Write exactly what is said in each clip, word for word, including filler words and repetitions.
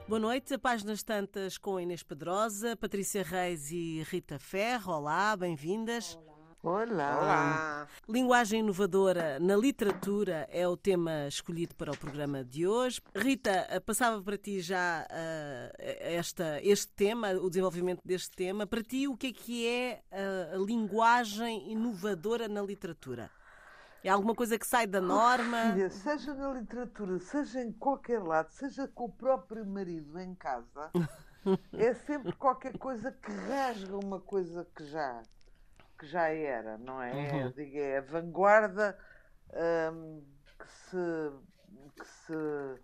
Boa noite, Páginas Tantas com Inês Pedrosa, Patrícia Reis e Rita Ferro. Olá, bem-vindas. Olá. Olá! Linguagem inovadora na literatura é o tema escolhido para o programa de hoje. Rita, passava para ti já uh, esta, este tema, o desenvolvimento deste tema. Para ti, o que é que é a, a linguagem inovadora na literatura? É alguma coisa que sai da norma? Oh, filha, seja na literatura, seja em qualquer lado, seja com o próprio marido em casa, é sempre qualquer coisa que rasga uma coisa que já, que já era, não é? Uhum. Digo, é a vanguarda hum, que, se, que se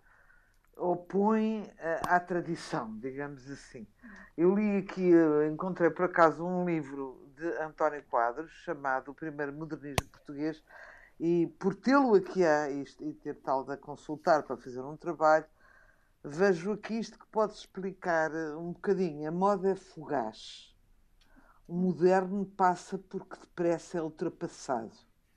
opõe à, à tradição, digamos assim. Eu li aqui, encontrei por acaso um livro de António Quadros chamado O Primeiro Modernismo Português. E por tê-lo aqui a isto, e ter tal de a consultar para fazer um trabalho, vejo aqui isto que pode explicar um bocadinho. A moda é fugaz. O moderno passa porque depressa é ultrapassado.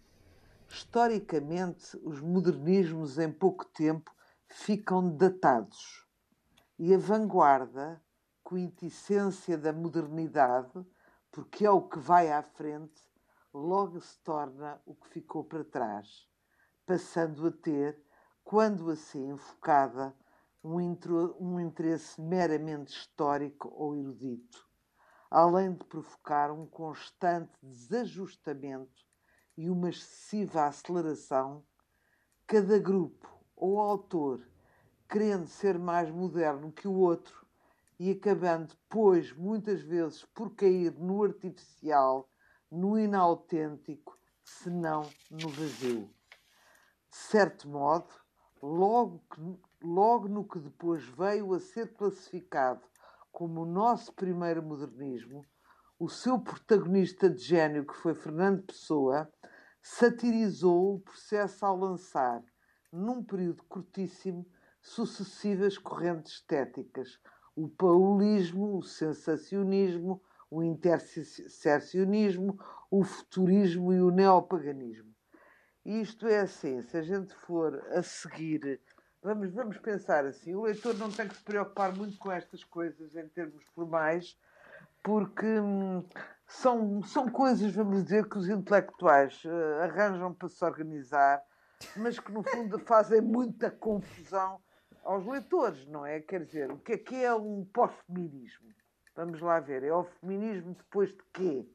Historicamente, os modernismos em pouco tempo ficam datados. E a vanguarda, quintessência da modernidade, porque é o que vai à frente, logo se torna o que ficou para trás, passando a ter, quando assim enfocada, um, intro, um interesse meramente histórico ou erudito, além de provocar um constante desajustamento e uma excessiva aceleração, cada grupo ou autor querendo ser mais moderno que o outro e acabando, pois, muitas vezes por cair no artificial, no inautêntico, se não no vazio. De certo modo, logo, que, logo no que depois veio a ser classificado como o nosso primeiro modernismo, o seu protagonista de gênio, que foi Fernando Pessoa, satirizou o processo ao lançar, num período curtíssimo, sucessivas correntes estéticas, o paulismo, o sensacionismo, o intersecionismo, o futurismo e o neopaganismo. E isto é assim, se a gente for a seguir, vamos, vamos pensar assim, o leitor não tem que se preocupar muito com estas coisas em termos formais, porque hum, são, são coisas, vamos dizer, que os intelectuais uh, arranjam para se organizar, mas que no fundo fazem muita confusão aos leitores, não é? Quer dizer, o que é que é um pós-feminismo? Vamos lá ver, é o feminismo depois de quê?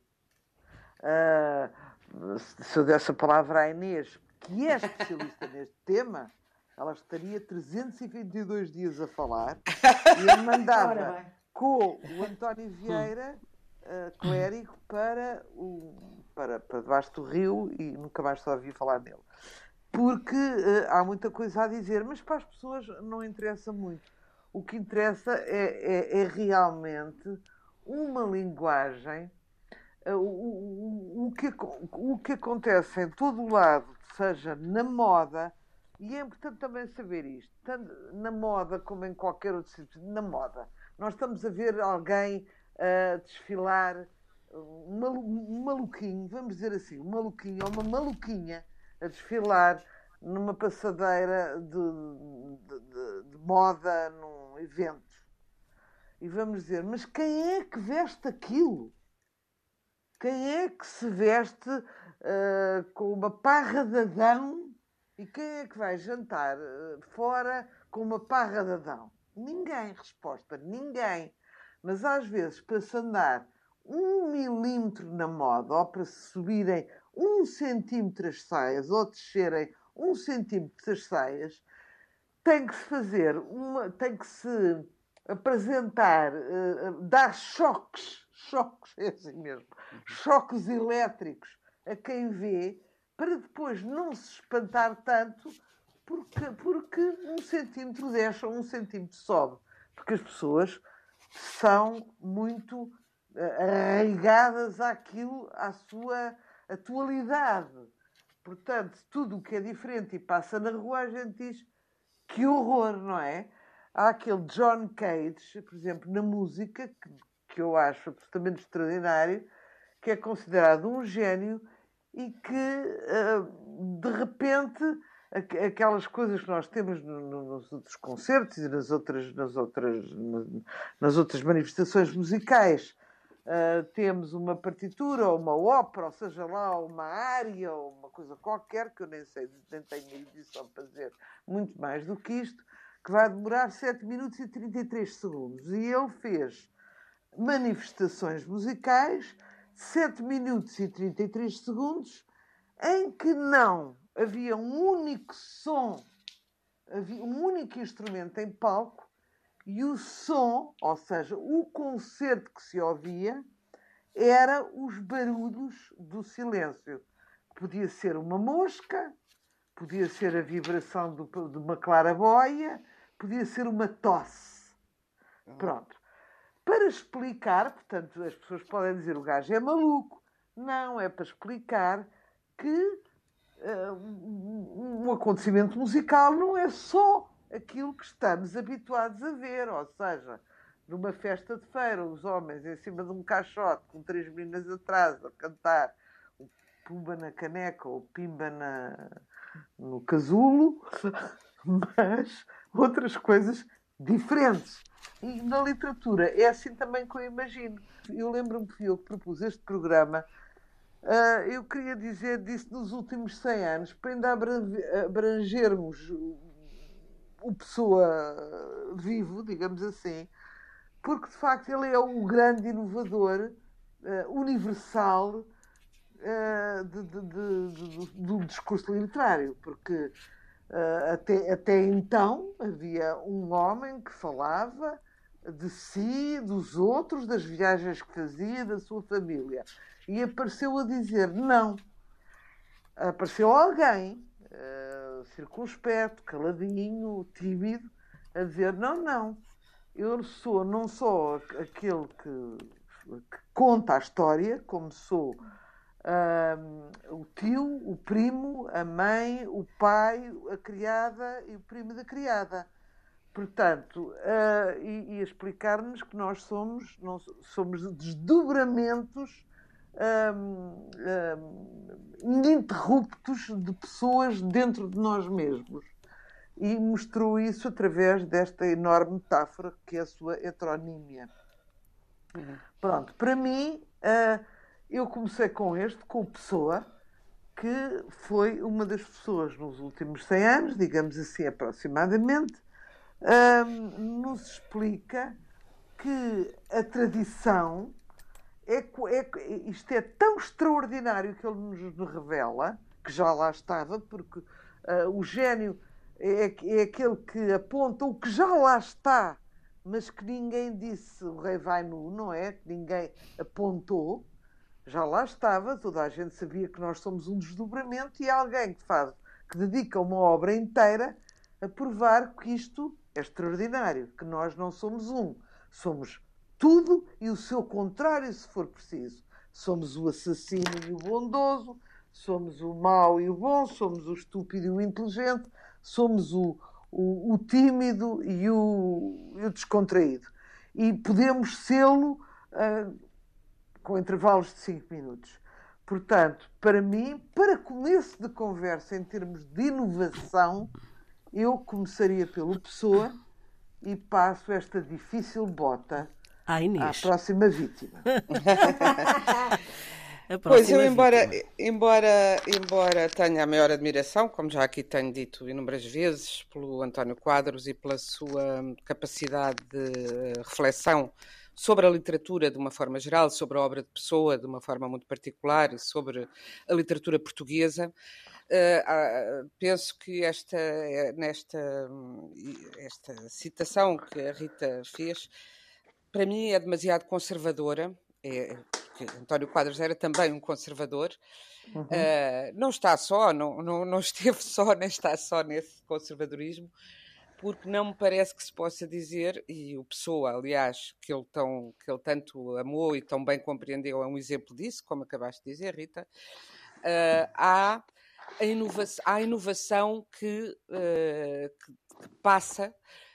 Uh, se eu desse a palavra à Inês, que é especialista neste tema, ela estaria trezentos e vinte e dois dias a falar e eu mandava com o António Vieira, uh, clérigo, para, o, para, para debaixo do rio e nunca mais só ouvi falar nele. Porque uh, há muita coisa a dizer, mas para as pessoas não interessa muito. O que interessa é, é, é realmente uma linguagem. Uh, o, o, o, que, o que acontece em todo o lado, seja na moda, e é importante também saber isto, tanto na moda como em qualquer outro sítio, na moda. Nós estamos a ver alguém a uh, desfilar, um, malu, um maluquinho, vamos dizer assim, um maluquinho ou uma maluquinha a desfilar numa passadeira de, de, de, de moda, num evento. E vamos dizer, mas quem é que veste aquilo? Quem é que se veste uh, com uma parra de Adão e quem é que vai jantar uh, fora com uma parra de Adão? Ninguém, resposta, ninguém. Mas às vezes, para se andar um milímetro na moda ou para se subirem um centímetro as saias ou descerem um centímetro as saias, tem que se fazer, uma, tem que se apresentar, uh, dar choques, choques, é assim mesmo, choques elétricos a quem vê, para depois não se espantar tanto, porque, porque um centímetro desce ou um centímetro sobe. Porque as pessoas são muito uh, arraigadas àquilo, à sua atualidade. Portanto, tudo o que é diferente e passa na rua, a gente diz que horror, não é? Há aquele John Cage, por exemplo, na música, que, que eu acho absolutamente extraordinário, que é considerado um gênio e que, uh, de repente, aquelas coisas que nós temos nos outros concertos e nas outras, nas outras, nas outras manifestações musicais. Uh, temos uma partitura ou uma ópera, ou seja lá, uma área ou uma coisa qualquer, que eu nem sei, nem tenho erudição para fazer muito mais do que isto, que vai demorar sete minutos e trinta e três segundos. E ele fez manifestações musicais, sete minutos e trinta e três segundos, em que não havia um único som, havia um único instrumento em palco, e o som, ou seja, o concerto que se ouvia, era os barulhos do silêncio. Podia ser uma mosca, podia ser a vibração do, de uma claraboia, podia ser uma tosse. Pronto. Para explicar, portanto, as pessoas podem dizer o gajo é maluco. Não, é para explicar que uh, um, um acontecimento musical não é só aquilo que estamos habituados a ver, ou seja, numa festa de feira, os homens em cima de um caixote com três meninas atrás a cantar o pumba na caneca ou pimba na, no casulo, mas outras coisas diferentes. E na literatura é assim também que eu imagino. Eu lembro-me que fui eu que propus este programa. Uh, eu queria dizer disso nos últimos cem anos, para ainda abrangermos o Pessoa vivo, digamos assim, porque de facto ele é o grande inovador uh, universal uh, de, de, de, de, do discurso literário, porque uh, até, até então havia um homem que falava de si, dos outros, das viagens que fazia, da sua família, e apareceu a dizer não. Apareceu alguém uh, circunspecto, caladinho, tímido, a dizer não, não, eu sou não só aquele que, que conta a história, como sou uh, o tio, o primo, a mãe, o pai, a criada e o primo da criada. Portanto, uh, e, e explicar-nos que nós somos, não, somos desdobramentos Um, um, ininterruptos de pessoas dentro de nós mesmos, e mostrou isso através desta enorme metáfora que é a sua heteronímia. Uhum. Pronto, para mim, uh, eu comecei com este, com o Pessoa, que foi uma das pessoas nos últimos cem anos, digamos assim aproximadamente, um, nos explica que a tradição É, é, isto é tão extraordinário que ele nos revela, que já lá estava, porque uh, o gênio é, é aquele que aponta o que já lá está, mas que ninguém disse, o rei vai nu, não é? Que ninguém apontou, já lá estava, toda a gente sabia que nós somos um desdobramento, e há alguém que faz, que dedica uma obra inteira a provar que isto é extraordinário, que nós não somos um, somos tudo e o seu contrário, se for preciso. Somos o assassino e o bondoso, somos o mau e o bom, somos o estúpido e o inteligente, somos o, o, o tímido e o, e o descontraído. E podemos sê-lo uh, com intervalos de cinco minutos. Portanto, para mim, para começo de conversa em termos de inovação, eu começaria pelo Pessoa e passo esta difícil bota à próxima vítima. a próxima pois eu, embora, embora, embora tenha a maior admiração, como já aqui tenho dito inúmeras vezes, pelo António Quadros e pela sua capacidade de reflexão sobre a literatura de uma forma geral, sobre a obra de Pessoa de uma forma muito particular e sobre a literatura portuguesa, Uh, uh, penso que esta, nesta esta citação que a Rita fez, para mim é demasiado conservadora, é, porque António Quadros era também um conservador, uhum. uh, não está só, não, não, não esteve só, nem está só nesse conservadorismo, porque não me parece que se possa dizer, e o Pessoa, aliás, que ele, tão, que ele tanto amou e tão bem compreendeu, é um exemplo disso, como acabaste de dizer, Rita, uh, há A inovação, há inovação que, uh, que, que passa,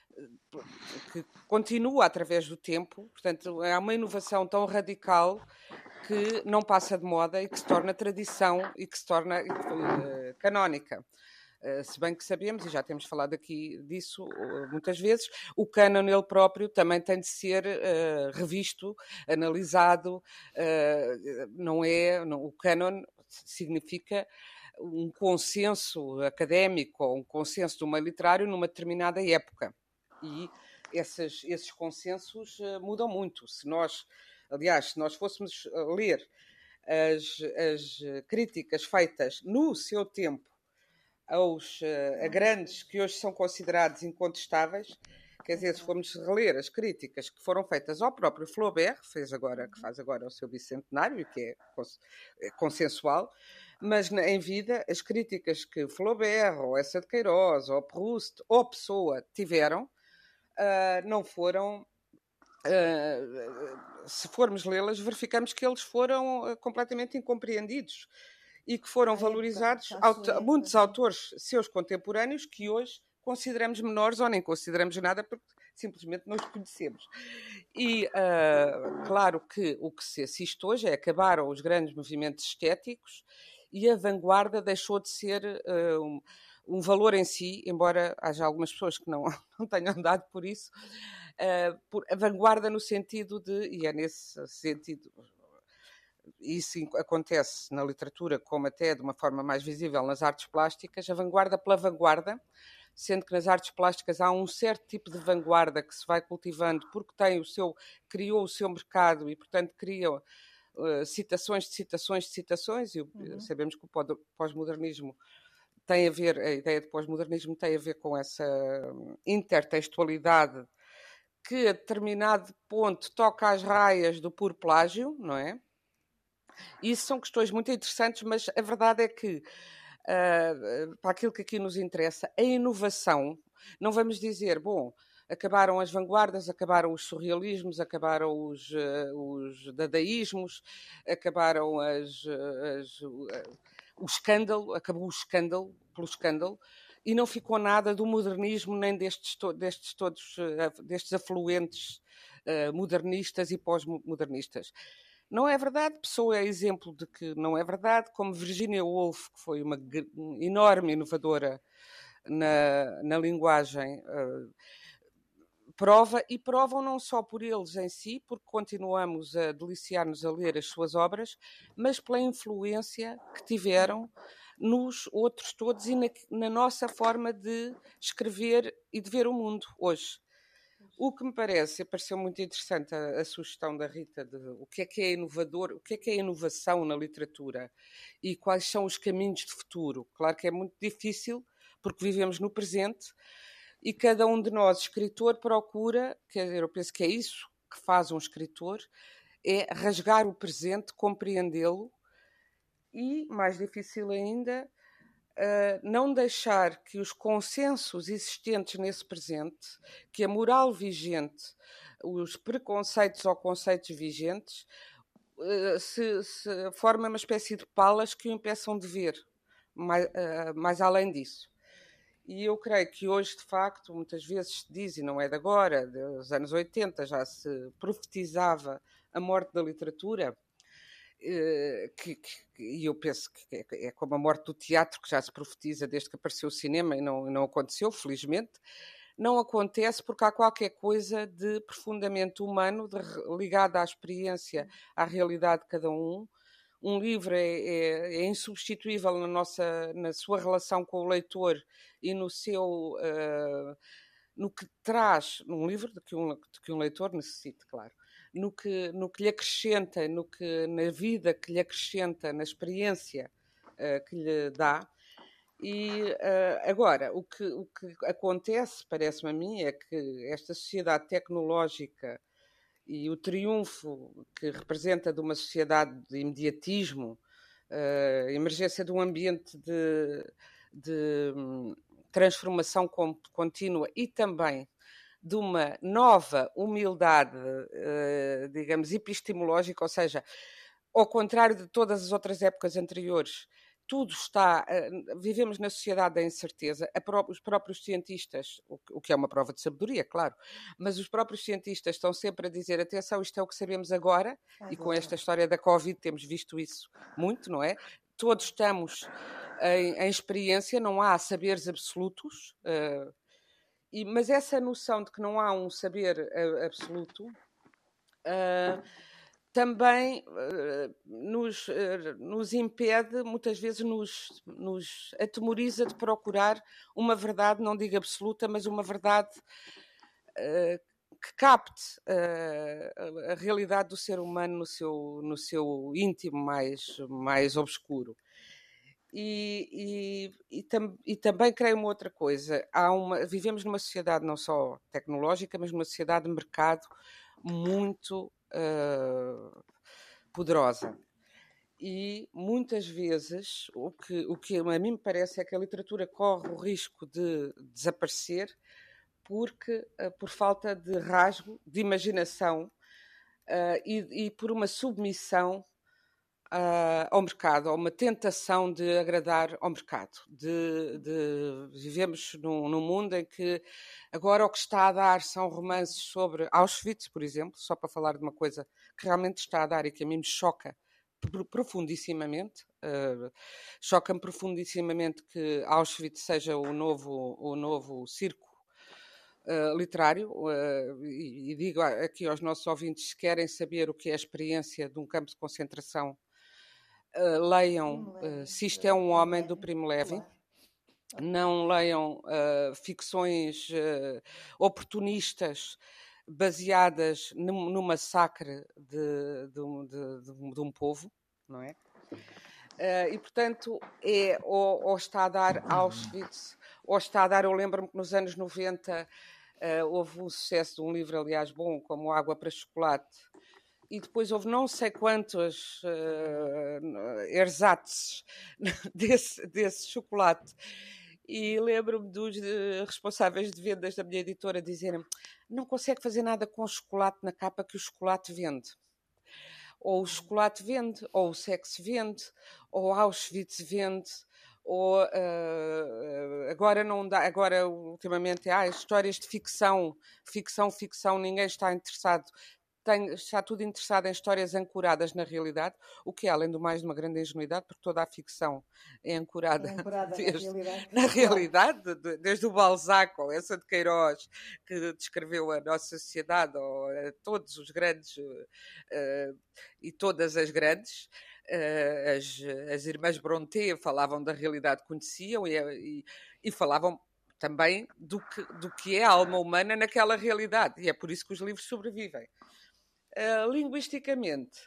que continua através do tempo, portanto, há uma inovação tão radical que não passa de moda e que se torna tradição e que se torna uh, canónica. Uh, se bem que sabemos, e já temos falado aqui disso uh, muitas vezes, o cânon ele próprio também tem de ser uh, revisto, analisado, uh, não é, não, o cânon significa um consenso académico ou um consenso do meio literário numa determinada época. E esses, esses consensos uh, mudam muito. Se nós, aliás, se nós fôssemos ler as, as críticas feitas no seu tempo aos uh, a grandes que hoje são considerados incontestáveis, quer dizer, se formos reler as críticas que foram feitas ao próprio Flaubert, fez agora, que faz agora o seu bicentenário, que é, cons, é consensual, mas na, em vida, as críticas que Flaubert, ou Essa de Queiroz, ou Proust, ou Pessoa tiveram, uh, não foram... Uh, se formos lê-las, verificamos que eles foram uh, completamente incompreendidos e que foram valorizados aut muitos autores seus contemporâneos que hoje consideramos menores ou nem consideramos nada porque simplesmente não os conhecemos. E uh, claro que o que se assiste hoje é acabaram os grandes movimentos estéticos e a vanguarda deixou de ser uh, um, um valor em si, embora haja algumas pessoas que não, não tenham andado por isso, uh, por, a vanguarda no sentido de, e é nesse sentido... Isso acontece na literatura, como até de uma forma mais visível nas artes plásticas, a vanguarda pela vanguarda, sendo que nas artes plásticas há um certo tipo de vanguarda que se vai cultivando porque tem o seu, criou o seu mercado e, portanto, cria uh, citações de citações de citações, e uhum. sabemos que o pós-modernismo tem a ver, a ideia de pós-modernismo tem a ver com essa intertextualidade que a determinado ponto toca às raias do puro plágio, não é? Isso são questões muito interessantes, mas a verdade é que, uh, para aquilo que aqui nos interessa, a inovação, não vamos dizer, bom, acabaram as vanguardas, acabaram os surrealismos, acabaram os, uh, os dadaísmos, acabaram as, as, uh, o escândalo, acabou o escândalo, pelo escândalo, e não ficou nada do modernismo, nem destes, to destes todos, uh, destes afluentes uh, modernistas e pós-modernistas. Não é verdade, Pessoa é exemplo de que não é verdade, como Virginia Woolf, que foi uma enorme inovadora na, na linguagem, uh, prova, e provam não só por eles em si, porque continuamos a deliciar-nos a ler as suas obras, mas pela influência que tiveram nos outros todos e na, na nossa forma de escrever e de ver o mundo hoje. O que me parece, pareceu muito interessante a, a sugestão da Rita de o que é que é inovador, o que é que é inovação na literatura e quais são os caminhos de futuro. Claro que é muito difícil, porque vivemos no presente e cada um de nós, escritor, procura, quer dizer, eu penso que é isso que faz um escritor, é rasgar o presente, compreendê-lo e, mais difícil ainda, Uh, não deixar que os consensos existentes nesse presente, que a moral vigente, os preconceitos ou conceitos vigentes, uh, se, se formem uma espécie de palas que o impeçam de ver, mais, uh, mais além disso. E eu creio que hoje, de facto, muitas vezes se diz, e não é de agora, dos anos oitenta já se profetizava a morte da literatura, e que, que, eu penso que é, é como a morte do teatro, que já se profetiza desde que apareceu o cinema e não, não aconteceu, felizmente. Não acontece porque há qualquer coisa de profundamente humano, de, ligado à experiência, à realidade de cada um. Um livro é, é, é insubstituível na, nossa, na sua relação com o leitor e no seu... Uh, no que traz, num livro de que um, de que um leitor necessite, claro, no que, no que lhe acrescenta, no que, na vida que lhe acrescenta, na experiência uh, que lhe dá. E uh, agora, o que, o que acontece, parece-me a mim, é que esta sociedade tecnológica e o triunfo que representa de uma sociedade de imediatismo, uh, emergência de um ambiente de... de transformação contínua e também de uma nova humildade, eh, digamos, epistemológica, ou seja, ao contrário de todas as outras épocas anteriores, tudo está, uh, vivemos na sociedade da incerteza, a pró os próprios cientistas, o que, o que é uma prova de sabedoria, claro, mas os próprios cientistas estão sempre a dizer, atenção, isto é o que sabemos agora, ah, e com esta história da Covid temos visto isso muito, não é? todos estamos em, em experiência, não há saberes absolutos, uh, e, mas essa noção de que não há um saber uh, absoluto uh, também uh, nos, uh, nos impede, muitas vezes nos, nos atemoriza de procurar uma verdade, não digo absoluta, mas uma verdade uh, que capte uh, a, a realidade do ser humano no seu, no seu íntimo mais, mais obscuro. E, e, e, tam, e também creio uma outra coisa. Há uma, vivemos numa sociedade não só tecnológica, mas numa sociedade de mercado muito uh, poderosa. E muitas vezes o que, o que a mim me parece é que a literatura corre o risco de desaparecer porque, uh, por falta de rasgo, de imaginação uh, e, e por uma submissão Uh, ao mercado, a uma tentação de agradar ao mercado. De, de, vivemos num, num mundo em que agora o que está a dar são romances sobre Auschwitz, por exemplo, só para falar de uma coisa que realmente está a dar e que a mim me choca profundissimamente. Uh, choca-me profundissimamente que Auschwitz seja o novo, o novo circo Uh, literário, uh, e, e digo aqui aos nossos ouvintes, se querem saber o que é a experiência de um campo de concentração, Uh, leiam uh, Se Isto é um Homem, do Primo Levi. Não leiam uh, ficções uh, oportunistas baseadas no, no massacre de, de, de, de, de um povo, não é? Uh, e, portanto, é ou, ou está a dar Auschwitz, ou está a dar... Eu lembro-me que nos anos noventa uh, houve um sucesso de um livro, aliás, bom, como Água para Chocolate, e depois houve não sei quantos uh, ersatz desse, desse chocolate. E lembro-me dos uh, responsáveis de vendas da minha editora dizerem: não consegue fazer nada com o chocolate na capa, que o chocolate vende. Ou o chocolate vende, ou o sexo vende, ou Auschwitz vende, ou uh, agora não dá, agora ultimamente há ah, histórias de ficção, ficção, ficção, ninguém está interessado. Tem, está tudo interessado em histórias ancoradas na realidade, o que é, além do mais, de uma grande ingenuidade, porque toda a ficção é ancorada, é ancorada desde, na realidade, na realidade de, desde o Balzac ou essa de Queiroz, que descreveu a nossa sociedade, ou uh, todos os grandes uh, e todas as grandes. Uh, as, as irmãs Brontë falavam da realidade que conheciam e, e, e falavam também do que, do que é a alma humana naquela realidade, e é por isso que os livros sobrevivem. Uh, linguisticamente,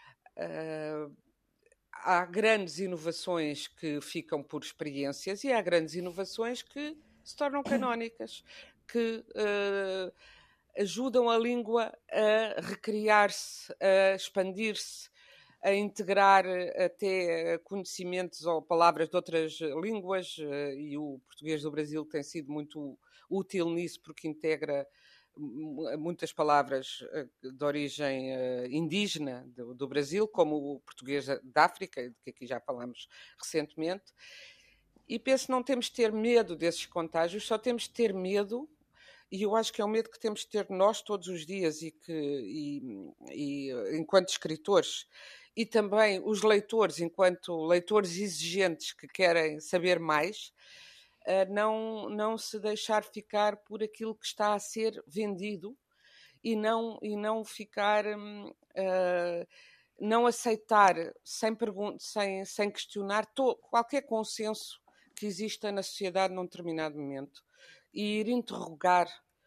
uh, há grandes inovações que ficam por experiências e há grandes inovações que se tornam canónicas, que uh, ajudam a língua a recriar-se, a expandir-se, a integrar até conhecimentos ou palavras de outras línguas, uh, e o português do Brasil tem sido muito útil nisso, porque integra muitas palavras de origem indígena do, do Brasil, como o português da África, de que aqui já falamos recentemente. E penso que não temos de ter medo desses contágios, só temos de ter medo, e eu acho que é um medo que temos de ter nós todos os dias, e que, e, e, enquanto escritores, e também os leitores, enquanto leitores exigentes que querem saber mais, Não, não se deixar ficar por aquilo que está a ser vendido e não, e não ficar, uh, não aceitar sem, sem, sem questionar to, qualquer consenso que exista na sociedade num determinado momento, e ir interrogar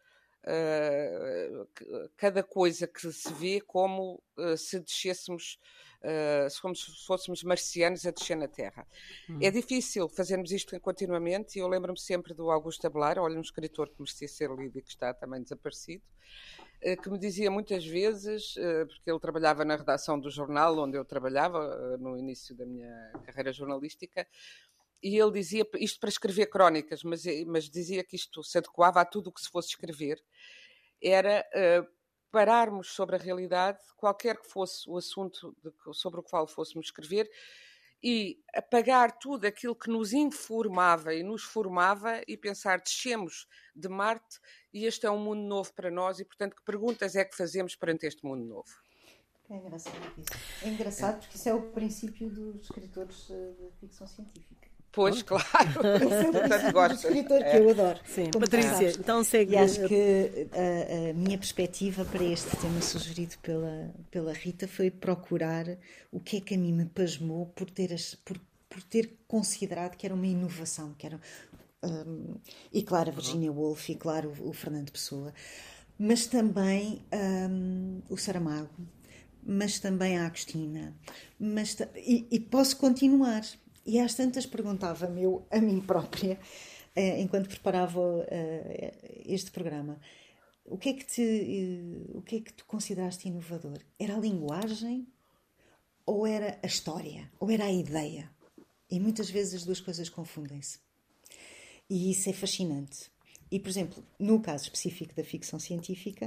uh, cada coisa que se vê como uh, se descêssemos, uh, como se fôssemos marcianos a descer na Terra. Hum. É difícil fazermos isto continuamente, e eu lembro-me sempre do Augusto Abelar, olha, um escritor que merecia ser lido e que está também desaparecido, uh, que me dizia muitas vezes, uh, porque ele trabalhava na redação do jornal onde eu trabalhava uh, no início da minha carreira jornalística, e ele dizia isto para escrever crónicas, mas, mas dizia que isto se adequava a tudo o que se fosse escrever, era uh, pararmos sobre a realidade, qualquer que fosse o assunto de, sobre o qual fôssemos escrever, e apagar tudo aquilo que nos informava e nos formava, e pensar, descemos de Marte e este é um mundo novo para nós, e portanto que perguntas é que fazemos perante este mundo novo? É engraçado isso. É engraçado porque isso é o princípio dos escritores de ficção científica. Pois, claro. Esse é o princípio do escritor que eu adoro. Sim, Patrícia, então segue. E acho que a, a minha perspectiva para este tema sugerido pela, pela Rita foi procurar o que é que a mim me pasmou por ter, as, por, por ter considerado que era uma inovação, que era, um, e claro, a Virginia Woolf, e claro, o, o Fernando Pessoa, mas também um, o Saramago, mas também a Agostina, mas, e, e posso continuar. E às tantas perguntava-me eu a mim própria, eh, enquanto preparava eh, este programa, o que é que te, eh, o que é que tu consideraste inovador? Era a linguagem ou era a história? Ou era a ideia? E muitas vezes as duas coisas confundem-se. E isso é fascinante. E, por exemplo, no caso específico da ficção científica,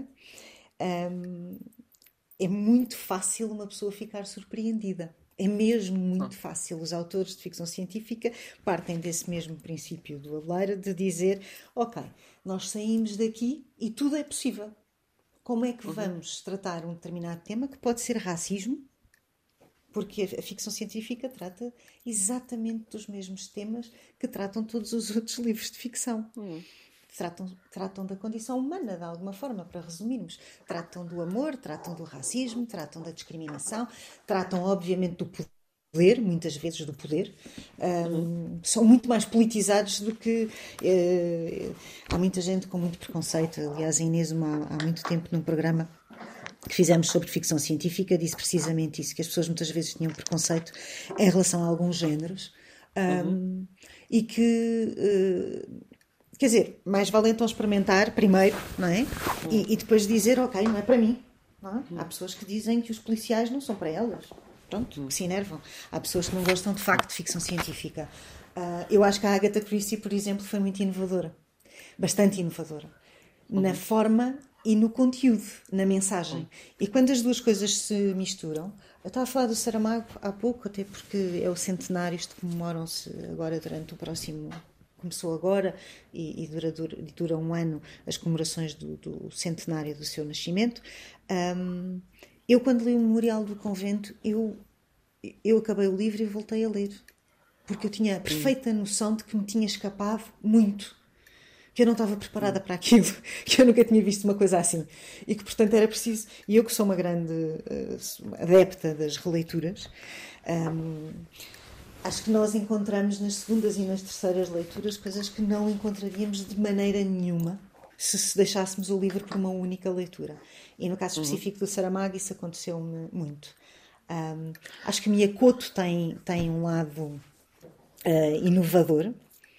hum, é muito fácil uma pessoa ficar surpreendida. É mesmo muito fácil. Os autores de ficção científica partem desse mesmo princípio do Adler de dizer, ok, nós saímos daqui e tudo é possível. Como é que vamos tratar um determinado tema que pode ser racismo? Porque a ficção científica trata exatamente dos mesmos temas que tratam todos os outros livros de ficção. Uhum. Tratam, tratam da condição humana, de alguma forma, para resumirmos. Tratam do amor, tratam do racismo, tratam da discriminação, tratam, obviamente, do poder, muitas vezes do poder. Um, são muito mais politizados do que... Uh, há muita gente com muito preconceito. Aliás, a Inês, há, há muito tempo, num programa que fizemos sobre ficção científica, disse precisamente isso, que as pessoas muitas vezes tinham preconceito em relação a alguns géneros. Um, uhum. E que... Uh, Quer dizer, mais vale então experimentar primeiro, não é? E, e depois dizer, ok, não é para mim. Não é? Há pessoas que dizem que os policiais não são para elas. Pronto, que se enervam. Há pessoas que não gostam de facto de ficção científica. Uh, eu acho que a Agatha Christie, por exemplo, foi muito inovadora. Bastante inovadora. Na forma e no conteúdo, na mensagem. E quando as duas coisas se misturam... Eu estava a falar do Saramago há pouco, até porque é o centenário, isto comemoram-se agora durante o próximo... Começou agora e, e dura, dura, dura um ano as comemorações do, do centenário do seu nascimento. Um, eu, quando li o Memorial do Convento, eu, eu acabei o livro e voltei a ler. Porque eu tinha a perfeita noção de que me tinha escapado muito. Que eu não estava preparada para aquilo. Que eu nunca tinha visto uma coisa assim. E que, portanto, era preciso... E eu, que sou uma grande uh, adepta das releituras... Um, Acho que nós encontramos nas segundas e nas terceiras leituras coisas que não encontraríamos de maneira nenhuma se, se deixássemos o livro por uma única leitura. E no caso específico do Saramago isso aconteceu-me muito. Um, acho que Miyakoto tem, tem um lado uh, inovador.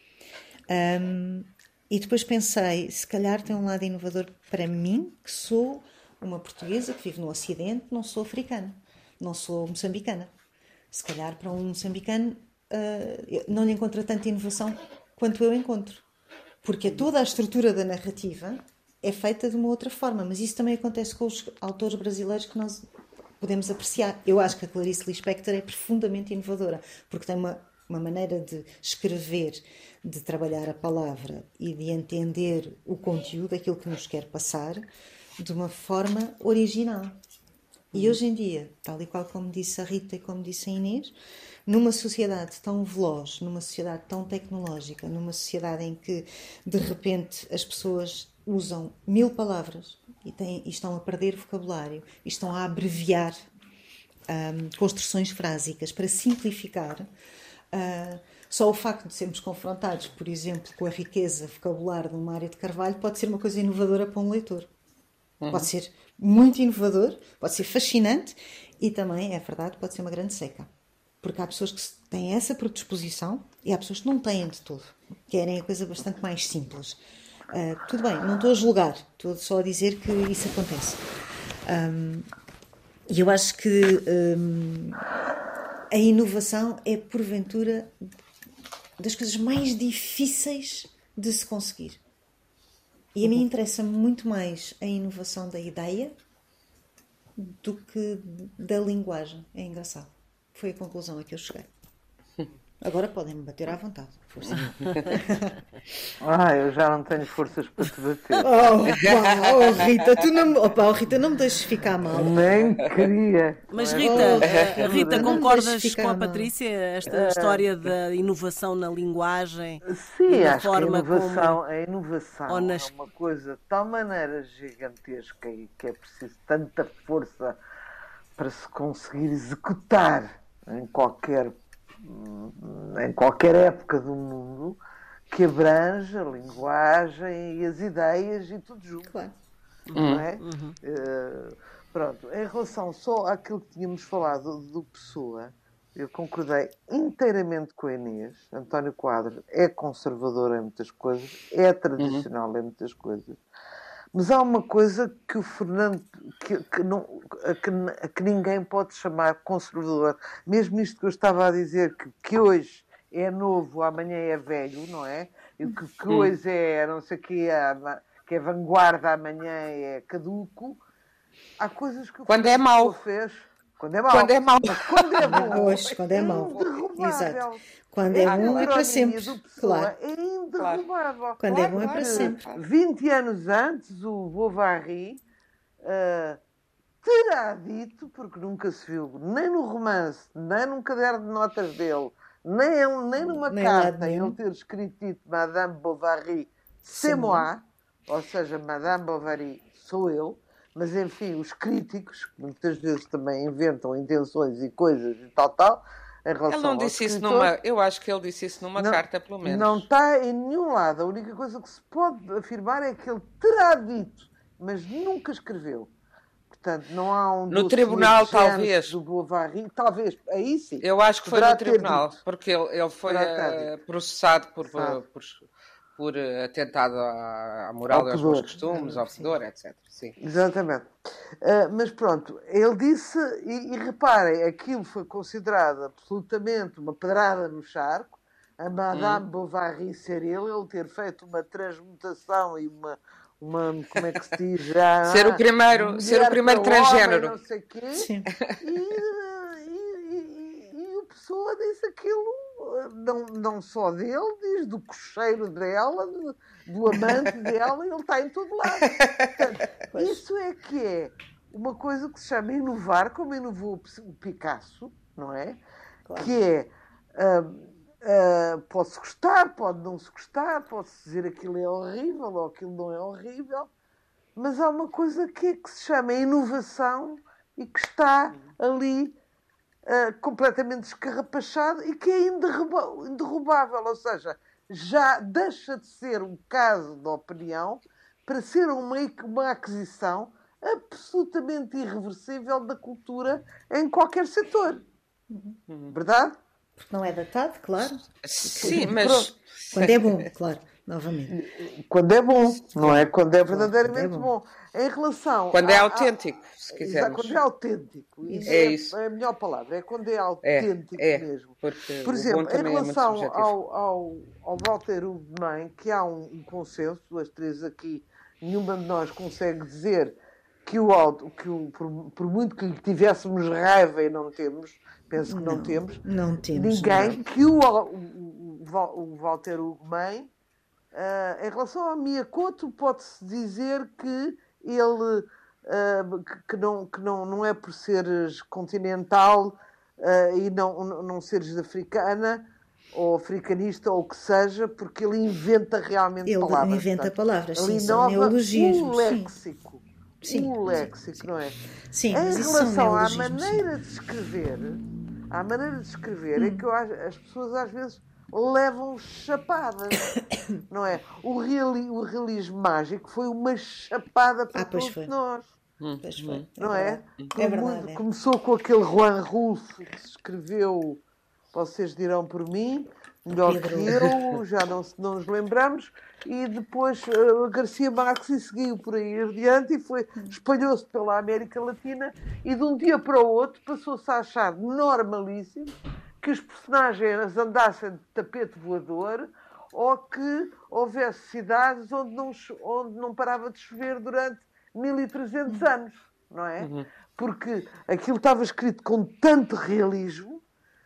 Um, e depois pensei, se calhar tem um lado inovador para mim, que sou uma portuguesa que vive no Ocidente, não sou africana, não sou moçambicana. Se calhar para um moçambicano uh, não lhe encontra tanta inovação quanto eu encontro. Porque toda a estrutura da narrativa é feita de uma outra forma. Mas isso também acontece com os autores brasileiros que nós podemos apreciar. Eu acho que a Clarice Lispector é profundamente inovadora. Porque tem uma, uma maneira de escrever, de trabalhar a palavra e de entender o conteúdo, aquilo que nos quer passar, de uma forma original. E hoje em dia, tal e qual como disse a Rita e como disse a Inês, numa sociedade tão veloz, numa sociedade tão tecnológica, numa sociedade em que, de repente, as pessoas usam mil palavras e, têm, e estão a perder vocabulário, e estão a abreviar um, construções frásicas para simplificar, uh, só o facto de sermos confrontados, por exemplo, com a riqueza vocabular de uma Mário de Carvalho pode ser uma coisa inovadora para um leitor. Uhum. Pode ser muito inovador, pode ser fascinante e também, é verdade, pode ser uma grande seca. Porque há pessoas que têm essa predisposição e há pessoas que não têm de todo. Querem a coisa bastante mais simples. Uh, tudo bem, não estou a julgar, estou só a dizer que isso acontece. Um, e eu acho que um, a inovação é, porventura, das coisas mais difíceis de se conseguir. E a mim interessa-me muito mais a inovação da ideia do que da linguagem. É engraçado. Foi a conclusão a que eu cheguei. Agora podem-me bater à vontade. Força. Ah, eu já não tenho forças para te bater. Oh, pá, oh Rita, tu não, oh, pá, oh, Rita, não me deixes ficar mal. Nem queria. Mas Não é? Rita, Oh, eh, Rita, não me concordas deixes com ficar a mal. Patrícia? Esta história da inovação na linguagem Sim, e da acho que a forma inovação, como... a inovação ou nas- é uma coisa de tal maneira gigantesca e que é preciso tanta força para se conseguir executar em qualquer, em qualquer época do mundo, que abrange a linguagem e as ideias e tudo junto. Claro. Não é? Eh, pronto, em relação só àquilo que tínhamos falado do Pessoa, eu concordei inteiramente com a Inês. António Quadros é conservador em muitas coisas, é tradicional em muitas coisas, mas há uma coisa que o Fernando, que, que não, a, que, a que ninguém pode chamar conservador, mesmo isto que eu estava a dizer, que, que hoje é novo, amanhã é velho, não é? E que, que hoje é não sei o que, que é vanguarda, amanhã é caduco. Há coisas que o Quando é Fernando mau. Pessoa fez. Quando é mau. Quando é mau. Mas quando é bom, Pois, quando é mau. inderrubável. Exato. Quando é A bom é para heteronomia sempre. do Pessoa Claro. é inderrubável. Quando é bom é para Porque sempre. vinte anos antes, o Bovary uh, terá dito, porque nunca se viu, nem no romance, nem num caderno de notas dele, nem, nem numa Nem lado carta, nenhum. ele ter escrito dito Madame Bovary, c'est moi, ou seja, Madame Bovary sou eu, mas enfim, os críticos, que muitas vezes também inventam intenções e coisas e tal, tal, em relação Ele não ao disse isso escritor, numa. Eu acho que ele disse isso numa não, carta, pelo menos. Não está em nenhum lado. A única coisa que se pode afirmar é que ele terá dito, mas nunca escreveu. Portanto, não há um No dossiê tribunal, de genes talvez. do Bovary. Talvez, aí sim. Eu acho que foi Poderá no ter tribunal, dito. porque ele, ele foi Poderá ter eh, dito. processado por, Sabe. por, por eh, atentado à, à moral Ao e aos bons pudor. costumes, ao Sim. pudor, etcétera. Sim. Exatamente. Uh, mas pronto, ele disse, e, e reparem, aquilo foi considerado absolutamente uma pedrada no charco, a Madame Hum. Bovary ser ele, ele ter feito uma transmutação e uma, uma como é que se diz já? Ser o primeiro, mulher ser o primeiro para homem, transgênero. não sei quê, Sim. e, e, e, e o Pessoa disse aquilo, não, não só dele, diz do cocheiro dela, do, do amante dela, e ele está em todo lado. Portanto, isso é que é uma coisa que se chama inovar, como inovou o Picasso, não é? Claro. Que é, uh, uh, pode-se gostar, pode não se gostar, pode-se dizer aquilo é horrível ou aquilo não é horrível, mas há uma coisa que, é que se chama inovação e que está ali uh, completamente escarrapachado e que é inderruba- inderrubável, ou seja, já deixa de ser um caso de opinião para ser uma, uma aquisição absolutamente irreversível da cultura em qualquer setor. Uhum. Verdade? Porque não é datado, claro. Sim, Pronto. mas Quando é bom, claro. Novamente. Quando é bom, não é? Quando é verdadeiramente Quando é bom. Em relação quando é a- a- autêntico, se Exato, quisermos. quando é autêntico. Isso. É, É isso. é a melhor palavra. É quando é É, autêntico é, mesmo. porque Por o exemplo, bom em também é muito relação subjetivo. ao, ao, ao Walter Ugman, que há um, um consenso, as três aqui, nenhuma de nós consegue dizer que o Walter, que o, por, por muito que lhe tivéssemos raiva e não temos, penso que não, Não, temos, não temos, ninguém não. que o, o, o, o Walter Ugman, uh, em relação à Mia Couto, pode-se dizer que ele uh, que, que, não, que não, não é por seres continental uh, e não, não seres africana ou africanista ou o que seja, porque ele inventa realmente Ele palavras. inventa portanto, palavras, sim, ele são inova neologismos. o Sim. léxico. Sim, o sim, léxico, sim. não é? Sim, Em mas isso são relação à neologismos, sim. maneira de escrever, à maneira de escrever, Hum. é que eu acho, as pessoas às vezes levam chapadas, não é? O, reali, o realismo mágico foi uma chapada para Ah, pois todos foi. nós, Pois foi. não é? é? Verdade. É Como- verdade. é. Começou com aquele Juan Rulfo que se escreveu, vocês dirão por mim, melhor Pedro. que eu, já não, se- não nos lembramos, e depois uh, Garcia Marques e seguiu por aí adiante e foi, espalhou-se pela América Latina e de um dia para o outro passou-se a achar normalíssimo que os personagens andassem de tapete voador ou que houvesse cidades onde não, cho- onde não parava de chover durante mil e trezentos anos, não é? Porque aquilo estava escrito com tanto realismo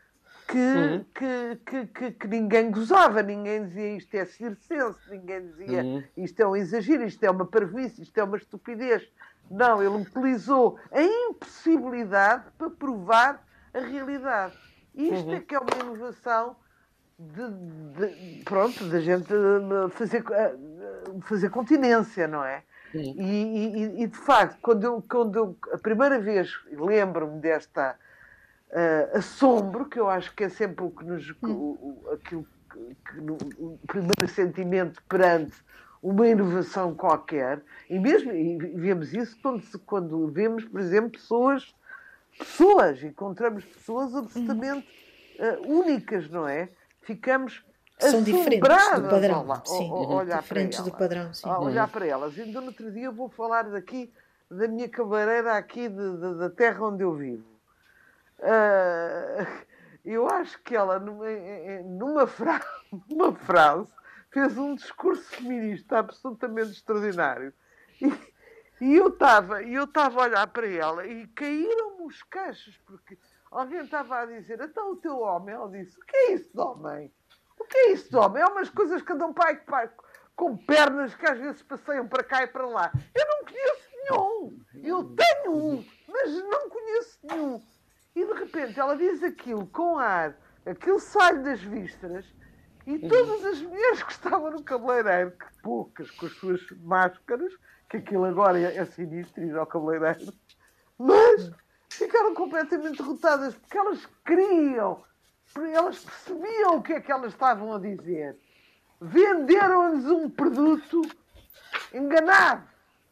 que, uhum. que, que, que, que ninguém gozava, ninguém dizia isto é circense, ninguém dizia uhum. isto é um exagero, isto é uma parvoíce, isto é uma estupidez. Não, ele utilizou a impossibilidade para provar a realidade. Isto uhum. é que é uma inovação de, de, pronto, da gente fazer, fazer continência, não é? Uhum. E, e, e, de facto, quando eu, quando eu a primeira vez lembro-me desta uh, assombro, que eu acho que é sempre o que nos... Uhum. O, o, aquilo que, que no, o primeiro sentimento perante uma inovação qualquer, e mesmo e vemos isso quando, quando vemos, por exemplo, pessoas, pessoas, encontramos pessoas absolutamente uh, únicas, não é? Ficamos são diferentes do padrão, lá, sim, o, olhar diferentes para do elas, padrão, sim. olhar para elas. E no outro dia eu vou falar daqui, da minha cabeleireira aqui, de, de, da terra onde eu vivo. Uh, eu acho que ela, numa, numa, frase, numa frase, fez um discurso feminista absolutamente extraordinário. E, e eu estava eu estava a olhar para ela e caíram-me os cachos, porque alguém estava a dizer, então o teu homem, ela disse, o que é isso de homem? O que é isso de homem? É umas coisas que andam pai, pai, com pernas que às vezes passeiam para cá e para lá. Eu não conheço nenhum. Eu tenho um, mas não conheço nenhum. E de repente ela diz aquilo com ar, aquilo sai das vísceras, e todas as mulheres que estavam no cabeleireiro, que poucas com as suas máscaras, que aquilo agora é, é sinistro ir ao cabeleireiro, mas ficaram completamente derrotadas, porque elas queriam, elas percebiam o que é que elas estavam a dizer. Venderam-lhes um produto enganado.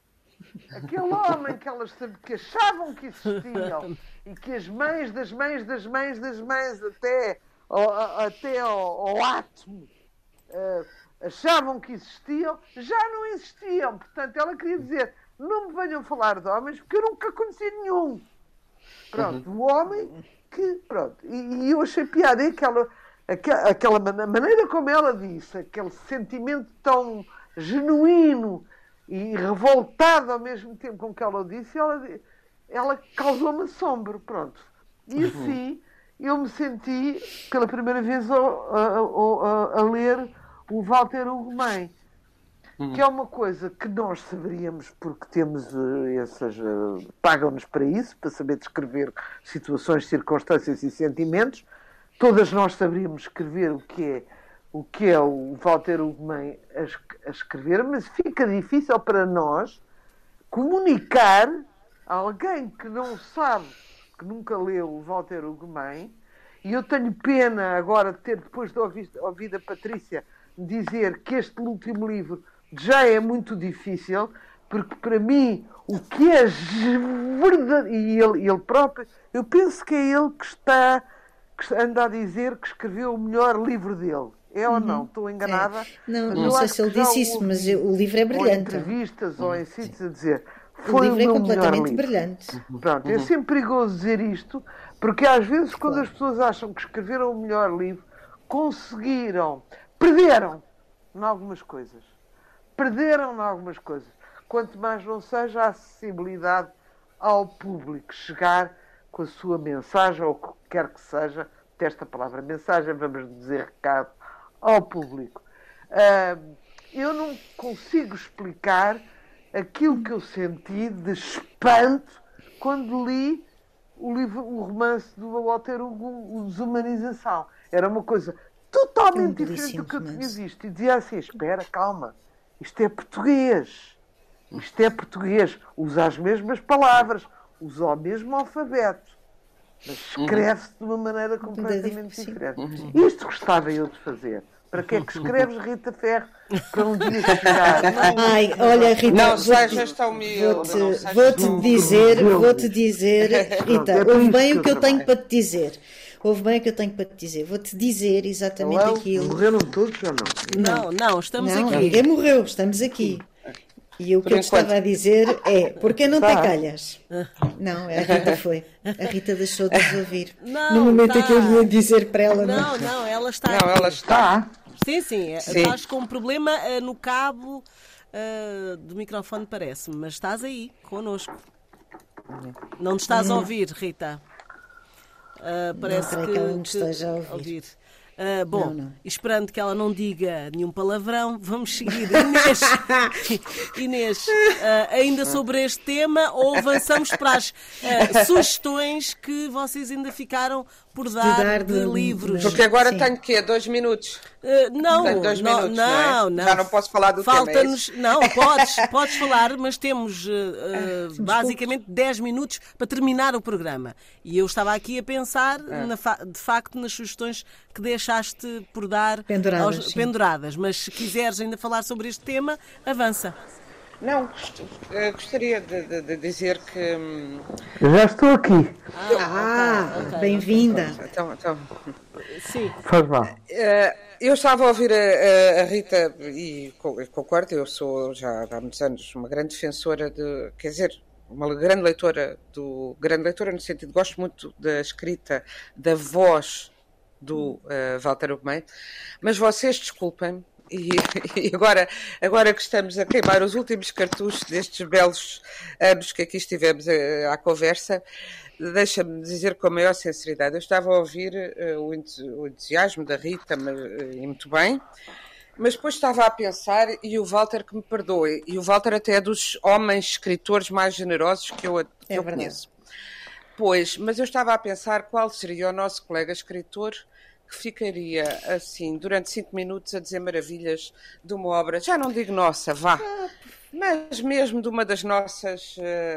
Aquele homem que elas que achavam que existiam e que as mães das mães das mães das mães até ao, até ao, ao átomo uh, achavam que existiam, já não existiam. Portanto, ela queria dizer, não me venham falar de homens porque eu nunca conheci nenhum. Pronto, o homem que, pronto, e, e eu achei piada aquela, aquela, aquela maneira como ela disse, aquele sentimento tão genuíno e revoltado ao mesmo tempo com que ela o disse, ela, ela causou-me assombro, pronto. E assim, eu me senti, pela primeira vez, a, a, a, a ler o Walter Ugumem, uhum. que é uma coisa que nós saberíamos, porque temos uh, essas... Uh, pagam-nos para isso, para saber descrever situações, circunstâncias e sentimentos. Todas nós saberíamos escrever o que é o que é o Walter Ugumem a, a escrever, mas fica difícil para nós comunicar a alguém que não sabe, que nunca leu o Walter Ugumem, e eu tenho pena agora de ter, depois de ouvir, ouvir a Patrícia dizer que este último livro já é muito difícil, porque para mim o que é verdade, e ele, ele próprio, eu penso que é ele que está, que anda a dizer que escreveu o melhor livro dele. É ou não? Uhum. Estou enganada? É. Não, não sei se ele disse isso, mas o livro é brilhante. Ou em entrevistas ou em sítios a dizer foi o livro o é completamente livro. brilhante. Pronto, é sempre perigoso dizer isto, porque às vezes quando claro. as pessoas acham que escreveram o melhor livro, conseguiram, perderam em algumas coisas. Perderam em algumas coisas. Quanto mais não seja a acessibilidade ao público, chegar com a sua mensagem, ou o que quer que seja, desta palavra mensagem, vamos dizer recado, ao público. Uh, eu não consigo explicar aquilo que eu senti de espanto quando li o livro, o romance do Walter Hugo, Desumanização. Era uma coisa totalmente é um diferente do que eu tinha visto. E dizia assim, espera, calma, isto é português. Isto é português. Usa as mesmas palavras, usa o mesmo alfabeto. Mas escreve-se de uma maneira completamente diferente. Isto gostava eu de fazer. Para que é que escreves, Rita Ferro? Para um dia chegar. Ai, olha, Rita, não sejas tão humilde. Vou-te vou dizer, vou-te dizer, Rita, ouve bem o que eu tenho para te dizer. Ouve bem o que eu tenho para te dizer. Vou-te dizer exatamente Olá, aquilo. Morreram todos ou não? Não, não, estamos não, aqui. Ninguém morreu, estamos aqui. E o que eu estava a dizer é, porquê não tá. te calhas? Não, a Rita foi. A Rita deixou de nos ouvir. Não, no momento tá. em que eu ia dizer para ela. Não, não, não ela está. Não, ela está. Sim, sim, sim. Estás com um problema uh, no cabo uh, do microfone, parece-me, mas estás aí, connosco. Não te estás a ouvir, Rita. Uh, parece não creio que, que ela nos que, estaja a ouvir. ouvir. Uh, bom, não, não. esperando que ela não diga nenhum palavrão, vamos seguir. Inês, Inês uh, ainda sobre este tema, ou avançamos para as uh, sugestões que vocês ainda ficaram por dar, dar de, de livros? Porque agora Sim. tenho o quê? Dois minutos? Uh, não, tenho dois não, minutos, não, não, é? não. Já não posso falar do Falta-nos, tema. Não, podes, podes falar, mas temos uh, uh, basicamente dez minutos para terminar o programa. E eu estava aqui a pensar, ah. na fa- de facto, nas sugestões que deixaste por dar penduradas, aos, penduradas. Mas se quiseres ainda falar sobre este tema, avança. Não, gostaria de, de, de dizer que... Eu já estou aqui. Ah, ah okay, okay, bem-vinda. Então, então... Sim. Faz mal. Eu estava a ouvir a, a Rita e concordo, eu sou já há muitos anos uma grande defensora de... Quer dizer, uma grande leitora, do, grande leitora no sentido, gosto muito da escrita, da voz do uh, Walter Ugumem, mas vocês desculpem-me, e, e agora, agora que estamos a queimar os últimos cartuchos destes belos anos que aqui estivemos à conversa, deixa-me dizer com a maior sinceridade, eu estava a ouvir uh, o, o entusiasmo da Rita, mas, uh, e muito bem, mas depois estava a pensar, e o Walter que me perdoe, e o Walter até é dos homens escritores mais generosos que eu, que é eu conheço. Pois, mas eu estava a pensar qual seria o nosso colega escritor que ficaria assim, durante cinco minutos a dizer maravilhas de uma obra, já não digo nossa, vá, mas mesmo de uma das nossas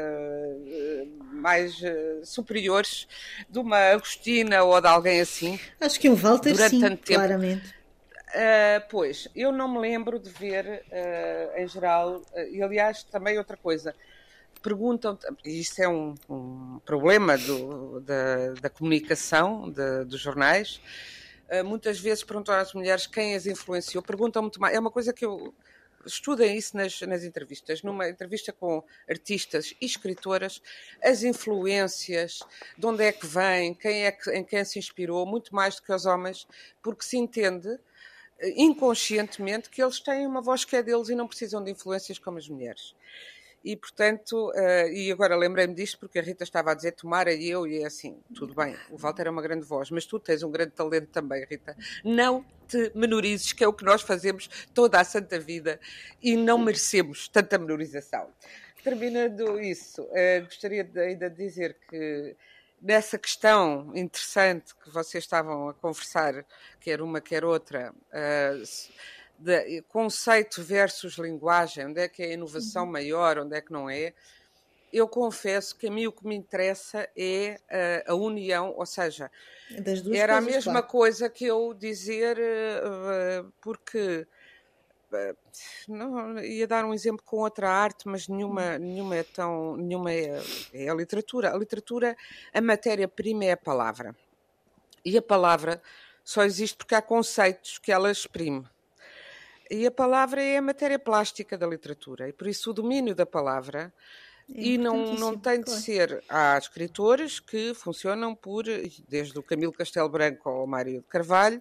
uh, mais uh, superiores, de uma Agostina ou de alguém assim. Acho que um Walter, durante sim, tanto tempo. claramente. Uh, pois, eu não me lembro de ver, uh, em geral, uh, e aliás também outra coisa, perguntam, e isto é um, um problema do, da, da comunicação, de, dos jornais, uh, muitas vezes perguntam às mulheres quem as influenciou, perguntam muito mais, é uma coisa que eu estudem isso nas, nas entrevistas, numa entrevista com artistas e escritoras, as influências, de onde é que vem, quem é que, em quem se inspirou, muito mais do que os homens, porque se entende inconscientemente que eles têm uma voz que é deles e não precisam de influências como as mulheres. E, portanto, uh, e agora lembrei-me disto porque a Rita estava a dizer tomara eu, e é assim, tudo bem, o Walter é uma grande voz, mas tu tens um grande talento também, Rita. Não te menorizes, que é o que nós fazemos toda a santa vida e não merecemos tanta menorização. Terminando isso, uh, gostaria de, ainda de dizer que nessa questão interessante que vocês estavam a conversar, quer uma, quer outra, uh, de conceito versus linguagem, onde é que é a inovação maior, onde é que não é, eu confesso que a mim o que me interessa é uh, a união, ou seja, das duas era coisas, a mesma claro. coisa que eu dizer, uh, porque uh, não, ia dar um exemplo com outra arte, mas nenhuma, nenhuma é tão, nenhuma é, é a literatura. A literatura, a matéria-prima é a palavra. E a palavra só existe porque há conceitos que ela exprime. E a palavra é a matéria plástica da literatura, e por isso o domínio da palavra, é e não, não tem de claro. ser, há escritores que funcionam por, desde o Camilo Castelo Branco ao Mário de Carvalho,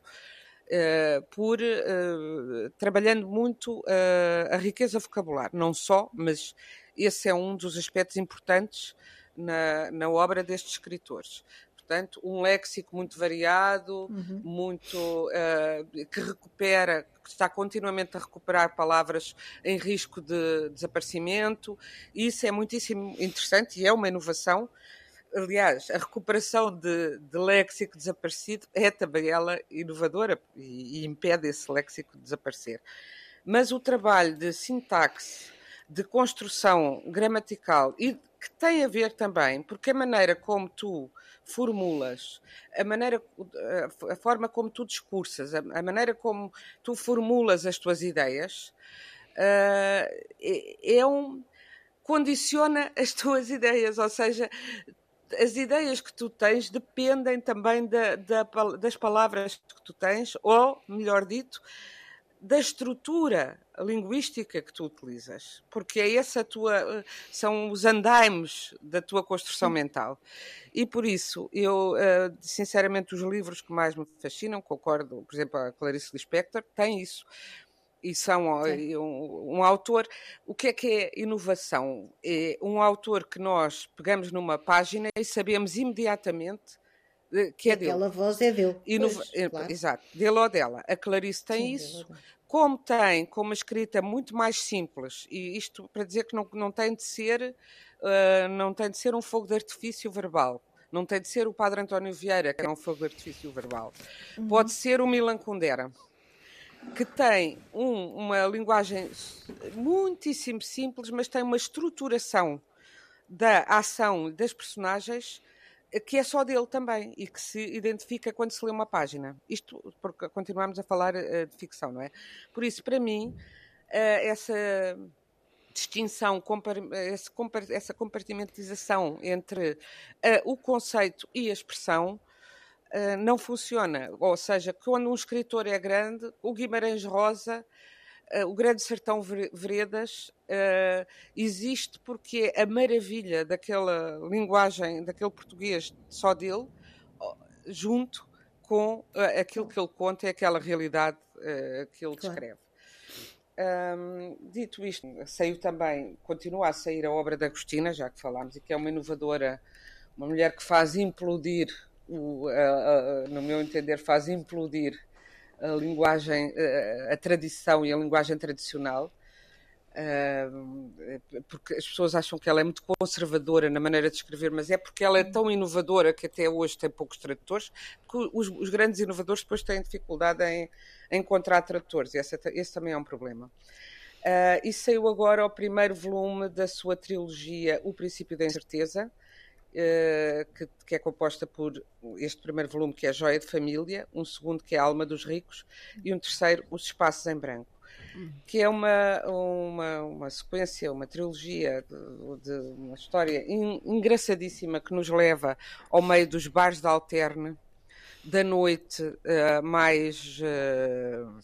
uh, por uh, trabalhando muito uh, a riqueza vocabular, não só, mas esse é um dos aspectos importantes na, na obra destes escritores. Portanto, um léxico muito variado, uhum. muito, uh, que recupera, que está continuamente a recuperar palavras em risco de desaparecimento. Isso é muitíssimo interessante e é uma inovação. Aliás, a recuperação de, de léxico desaparecido é também ela inovadora e, e impede esse léxico de desaparecer. Mas o trabalho de sintaxe, de construção gramatical e que tem a ver também, porque a maneira como tu formulas, a maneira, a forma como tu discursas, a maneira como tu formulas as tuas ideias, uh, é, é um, condiciona as tuas ideias, ou seja, as ideias que tu tens dependem também da, da, das palavras que tu tens, ou, melhor dito, da estrutura linguística que tu utilizas, porque é essa a tua, são os andaimes da tua construção mental. E por isso, eu, sinceramente, os livros que mais me fascinam, concordo, por exemplo, a Clarice Lispector, tem isso, e são um, um autor. O que é que é inovação? É um autor que nós pegamos numa página e sabemos imediatamente que é dele. Aquela voz é dele. Inova... Pois, claro. Exato, dele ou dela. A Clarice tem Sim, isso, como tem, com uma escrita muito mais simples, e isto para dizer que não, não, tem, de ser, uh, não tem de ser um fogo de artifício verbal. Não tem de ser o Padre António Vieira, que é um fogo de artifício verbal. Uhum. Pode ser o Milan Kundera, que tem um, uma linguagem muitíssimo simples, mas tem uma estruturação da ação das personagens que é só dele também e que se identifica quando se lê uma página. Isto porque continuamos a falar uh, de ficção, não é? Por isso, para mim, uh, essa distinção, essa compartimentização entre uh, o conceito e a expressão uh, não funciona. Ou seja, quando um escritor é grande, o Guimarães Rosa, uh, o Grande Sertão Veredas, uh, existe porque é a maravilha daquela linguagem, daquele português só dele, junto com uh, aquilo que ele conta e aquela realidade uh, que ele descreve. Um, dito isto, saiu também, continua a sair a obra da Agostina, já que falámos, e que é uma inovadora, uma mulher que faz implodir, o, a, a, no meu entender, faz implodir a linguagem, a, a tradição e a linguagem tradicional, uh, porque as pessoas acham que ela é muito conservadora na maneira de escrever, mas é porque ela é tão inovadora que até hoje tem poucos tradutores, que os, os grandes inovadores depois têm dificuldade em encontrar tradutores, e esse, esse também é um problema. Uh, e saiu agora o primeiro volume da sua trilogia O Princípio da Incerteza, uh, que, que é composta por este primeiro volume, que é Joia de Família, um segundo, que é A Alma dos Ricos, e um terceiro, Os Espaços em Branco, que é uma, uma, uma sequência, uma trilogia de, de uma história engraçadíssima que nos leva ao meio dos bares de alterne, da noite uh, mais uh,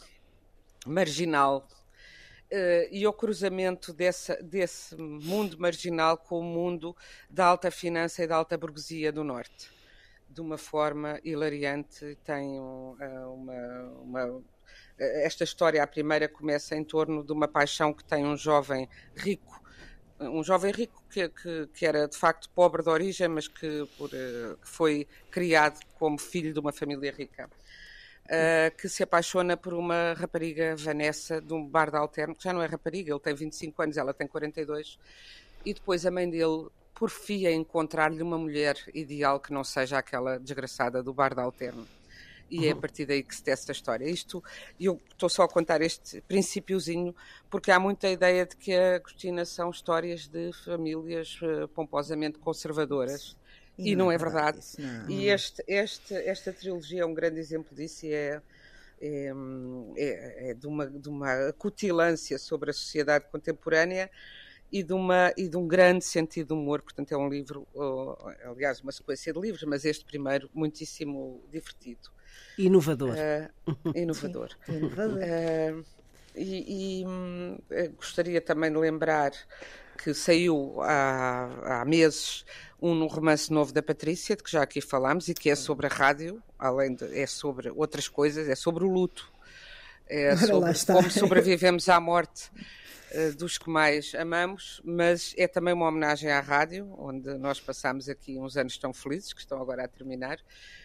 marginal uh, e ao cruzamento dessa, desse mundo marginal com o mundo da alta finança e da alta burguesia do Norte, de uma forma hilariante. Tem um, uh, uma, uma... Esta história, a primeira, começa em torno de uma paixão que tem um jovem rico, um jovem rico que, que, que era de facto pobre de origem, mas que, por, uh, que foi criado como filho de uma família rica, uh, que se apaixona por uma rapariga, Vanessa, de um bar de alterno, que já não é rapariga, ele tem vinte e cinco anos, ela tem quarenta e dois, e depois a mãe dele porfia em encontrar-lhe uma mulher ideal que não seja aquela desgraçada do bar de alterno. E é a partir daí que se testa a história. Isto, eu estou só a contar este princípiozinho, porque há muita ideia de que a Agostina são histórias de famílias uh, pomposamente conservadoras. E, e não, não é verdade. verdade. Não. E este, este, esta trilogia é um grande exemplo disso, e é, é, é, é de, uma, de uma acutilância sobre a sociedade contemporânea e de, uma, e de um grande sentido de humor. Portanto, é um livro, uh, aliás, uma sequência de livros, mas este primeiro muitíssimo divertido. Inovador. Uh, inovador. Sim, inovador. Uh, e e um, gostaria também de lembrar que saiu há, há meses um romance novo da Patrícia, de que já aqui falámos, e que é sobre a rádio, além de, é sobre outras coisas, é sobre o luto, é sobre como sobrevivemos à morte uh, dos que mais amamos, mas é também uma homenagem à rádio, onde nós passámos aqui uns anos tão felizes, que estão agora a terminar.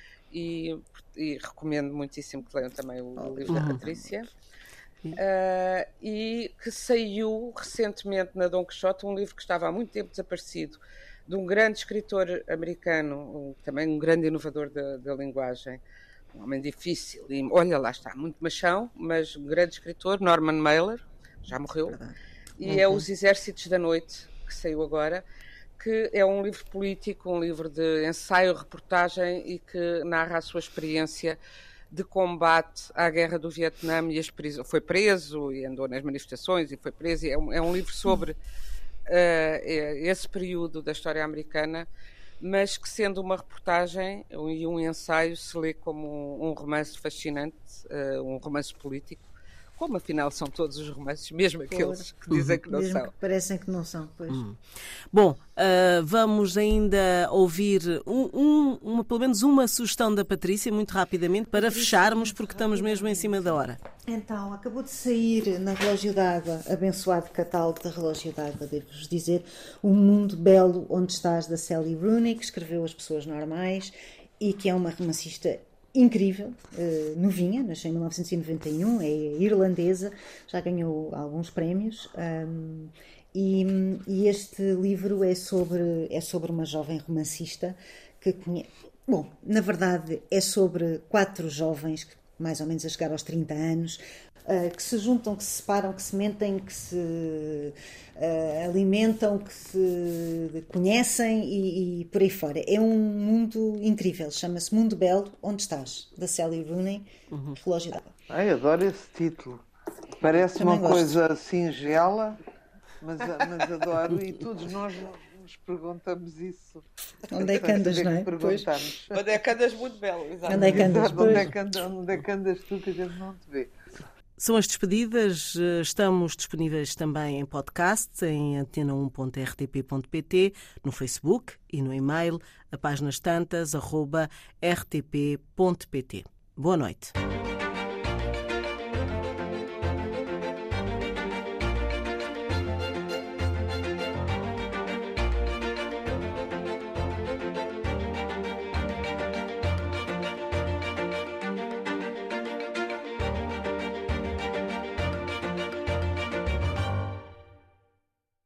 E, e recomendo muitíssimo que leiam também o oh, livro uhum. da Patrícia. Uh, e que saiu recentemente na Dom Quixote, um livro que estava há muito tempo desaparecido, de um grande escritor americano, um, também um grande inovador da, da linguagem, um homem difícil, e olha, lá está, muito machão, mas um grande escritor, Norman Mailer, já morreu, Verdade. e uhum. é Os Exércitos da Noite, que saiu agora, que é um livro político, um livro de ensaio-reportagem e que narra a sua experiência de combate à guerra do Vietnã, e as pris... foi preso e andou nas manifestações e foi preso. É um, é um livro sobre uh, esse período da história americana, mas que, sendo uma reportagem e um ensaio, se lê como um romance fascinante, uh, um romance político, como afinal são todos os romances, mesmo aqueles que dizem que não mesmo são. Que parecem que não são, pois. Hum. Bom, uh, vamos ainda ouvir um, um, uma, pelo menos uma sugestão da Patrícia, muito rapidamente, para Patrícia, fecharmos, porque estamos mesmo em cima da hora. Então, acabou de sair na Relógio d'Água, abençoado catálogo da Relógio d'Água, devo-vos dizer, Um Mundo Belo Onde Estás, da Sally Rooney, que escreveu As Pessoas Normais, e que é uma romancista incrível, uh, novinha, nasceu em mil novecentos e noventa e um, é irlandesa, já ganhou alguns prémios, um, e, e este livro é sobre, é sobre uma jovem romancista que conhece... Bom, na verdade é sobre quatro jovens, mais ou menos a chegar aos trinta anos, Uh, que se juntam, que se separam, que se mentem, que se uh, alimentam, que se conhecem e, e por aí fora. É um mundo incrível, chama-se Mundo Belo, Onde Estás, da Sally Rooney, uhum. Relógio d'Água. Ai, adoro esse título. Parece Também uma gosto. coisa singela, mas, mas adoro, e todos nós nos perguntamos isso. Onde é que andas, não é? Pois. Onde é que andas, Mundo Belo, exatamente. Onde é que andas, onde, é que andas, onde é que andas tu, que a gente não te vê? São as despedidas, estamos disponíveis também em podcast, em antena um ponto r t p ponto p t, no Facebook e no e-mail, a páginas tantas, arroba r t p ponto p t. Boa noite.